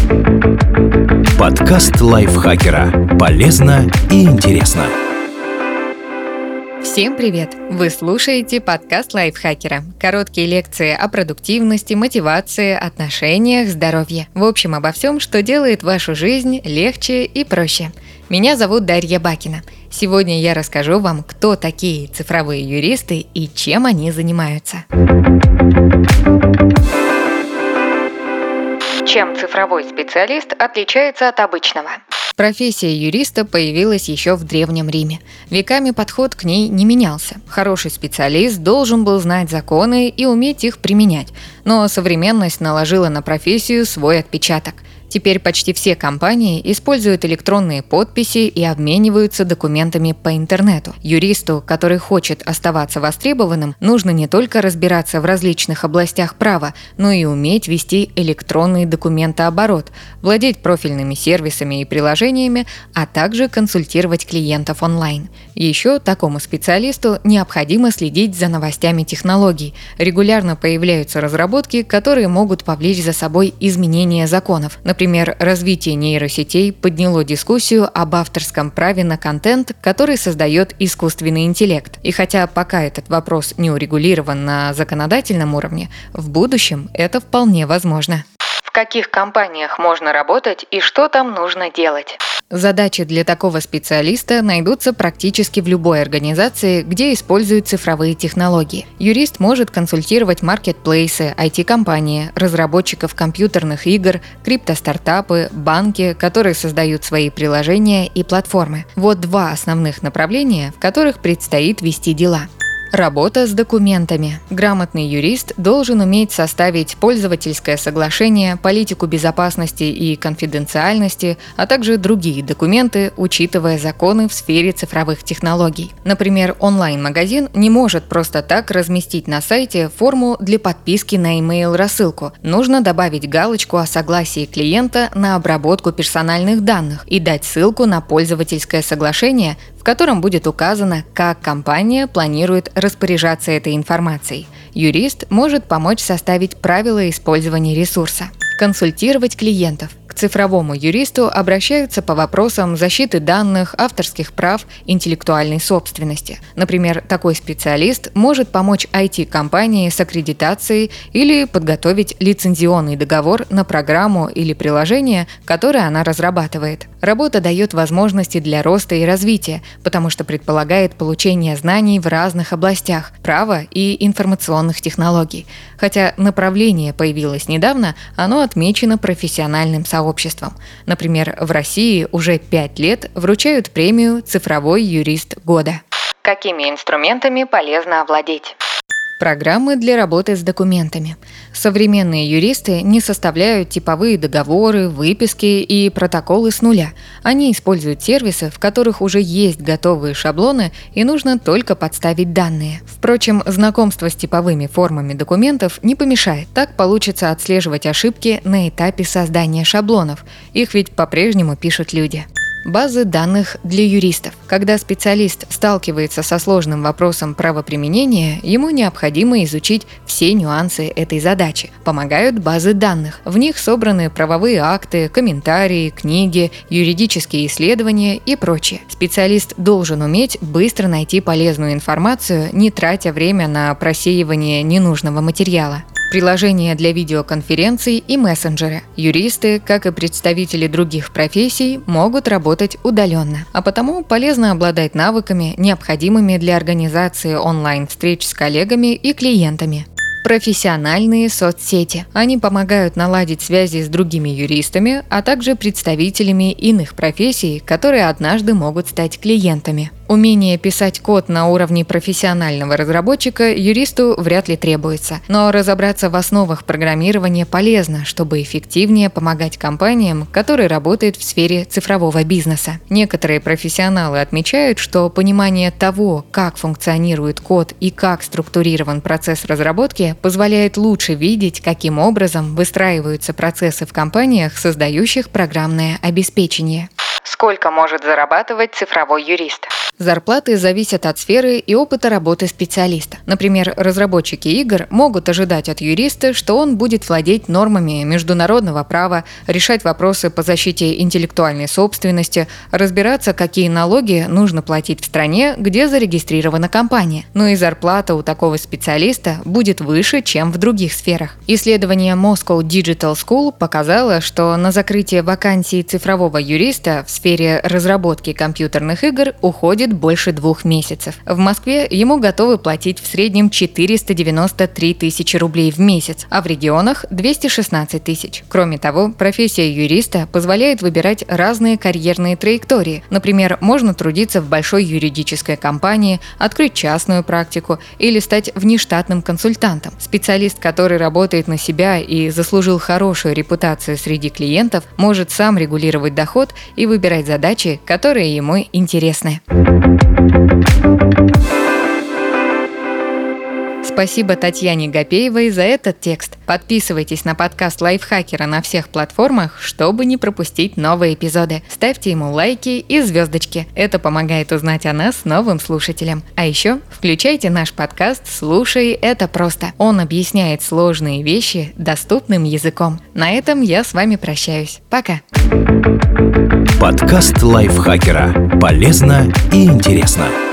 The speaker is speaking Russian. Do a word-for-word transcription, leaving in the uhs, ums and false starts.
Подкаст лайфхакера. Полезно и интересно. Всем привет! Вы слушаете подкаст лайфхакера. Короткие лекции о продуктивности, мотивации, отношениях, здоровье. В общем, обо всем, что делает вашу жизнь легче и проще. Меня зовут Дарья Бакина. Сегодня я расскажу вам, кто такие цифровые юристы и чем они занимаются. Чем цифровой специалист отличается от обычного? Профессия юриста появилась еще в Древнем Риме. Веками подход к ней не менялся. Хороший специалист должен был знать законы и уметь их применять. Но современность наложила на профессию свой отпечаток. Теперь почти все компании используют электронные подписи и обмениваются документами по интернету. Юристу, который хочет оставаться востребованным, нужно не только разбираться в различных областях права, но и уметь вести электронный документооборот, владеть профильными сервисами и приложениями, а также консультировать клиентов онлайн. Еще такому специалисту необходимо следить за новостями технологий. Регулярно появляются разработки, которые могут повлечь за собой изменения законов. Например, развитие нейросетей подняло дискуссию об авторском праве на контент, который создает искусственный интеллект. И хотя пока этот вопрос не урегулирован на законодательном уровне, в будущем это вполне возможно. В каких компаниях можно работать и что там нужно делать? Задачи для такого специалиста найдутся практически в любой организации, где используют цифровые технологии. Юрист может консультировать маркетплейсы, ай ти-компании, разработчиков компьютерных игр, криптостартапы, банки, которые создают свои приложения и платформы. Вот два основных направления, в которых предстоит вести дела. Работа с документами. Грамотный юрист должен уметь составить пользовательское соглашение, политику безопасности и конфиденциальности, а также другие документы, учитывая законы в сфере цифровых технологий. Например, онлайн-магазин не может просто так разместить на сайте форму для подписки на email-рассылку. Нужно добавить галочку о согласии клиента на обработку персональных данных и дать ссылку на пользовательское соглашение, в котором будет указано, как компания планирует распоряжаться этой информацией. Юрист может помочь составить правила использования ресурса. Консультировать клиентов. К цифровому юристу обращаются по вопросам защиты данных, авторских прав, интеллектуальной собственности. Например, такой специалист может помочь ай ти-компании с аккредитацией или подготовить лицензионный договор на программу или приложение, которое она разрабатывает. Работа дает возможности для роста и развития, потому что предполагает получение знаний в разных областях права и информационных технологий. Хотя направление появилось недавно, оно отмечено профессиональным сообществом. Например, в России уже пять лет вручают премию «Цифровой юрист года». Какими инструментами полезно овладеть? Программы для работы с документами. Современные юристы не составляют типовые договоры, выписки и протоколы с нуля. Они используют сервисы, в которых уже есть готовые шаблоны, и нужно только подставить данные. Впрочем, знакомство с типовыми формами документов не помешает. Так получится отслеживать ошибки на этапе создания шаблонов. Их ведь по-прежнему пишут люди. Базы данных для юристов. Когда специалист сталкивается со сложным вопросом правоприменения, ему необходимо изучить все нюансы этой задачи. Помогают базы данных. В них собраны правовые акты, комментарии, книги, юридические исследования и прочее. Специалист должен уметь быстро найти полезную информацию, не тратя время на просеивание ненужного материала. Приложения для видеоконференций и мессенджеры. Юристы, как и представители других профессий, могут работать удаленно, а потому полезно обладать навыками, необходимыми для организации онлайн-встреч с коллегами и клиентами. Профессиональные соцсети. Они помогают наладить связи с другими юристами, а также представителями иных профессий, которые однажды могут стать клиентами. Умение писать код на уровне профессионального разработчика юристу вряд ли требуется, но разобраться в основах программирования полезно, чтобы эффективнее помогать компаниям, которые работают в сфере цифрового бизнеса. Некоторые профессионалы отмечают, что понимание того, как функционирует код и как структурирован процесс разработки, позволяет лучше видеть, каким образом выстраиваются процессы в компаниях, создающих программное обеспечение. Сколько может зарабатывать цифровой юрист? Зарплаты зависят от сферы и опыта работы специалиста. Например, разработчики игр могут ожидать от юриста, что он будет владеть нормами международного права, решать вопросы по защите интеллектуальной собственности, разбираться, какие налоги нужно платить в стране, где зарегистрирована компания. Но и зарплата у такого специалиста будет выше, чем в других сферах. Исследование Moscow Digital School показало, что на закрытие вакансий цифрового юриста в сфере разработки компьютерных игр уходит больше двух месяцев. В Москве ему готовы платить в среднем четыреста девяносто три тысячи рублей в месяц, а в регионах двести шестнадцать тысяч. Кроме того, профессия юриста позволяет выбирать разные карьерные траектории. Например, можно трудиться в большой юридической компании, открыть частную практику или стать внештатным консультантом. Специалист, который работает на себя и заслужил хорошую репутацию среди клиентов, может сам регулировать доход и выбирать задачи, которые ему интересны. Спасибо Татьяне Гапеевой за этот текст. Подписывайтесь на подкаст Лайфхакера на всех платформах, чтобы не пропустить новые эпизоды. Ставьте ему лайки и звездочки. Это помогает узнать о нас новым слушателям. А еще включайте наш подкаст «Слушай, это просто». Он объясняет сложные вещи доступным языком. На этом я с вами прощаюсь. Пока. Подкаст Лайфхакера. Полезно и интересно.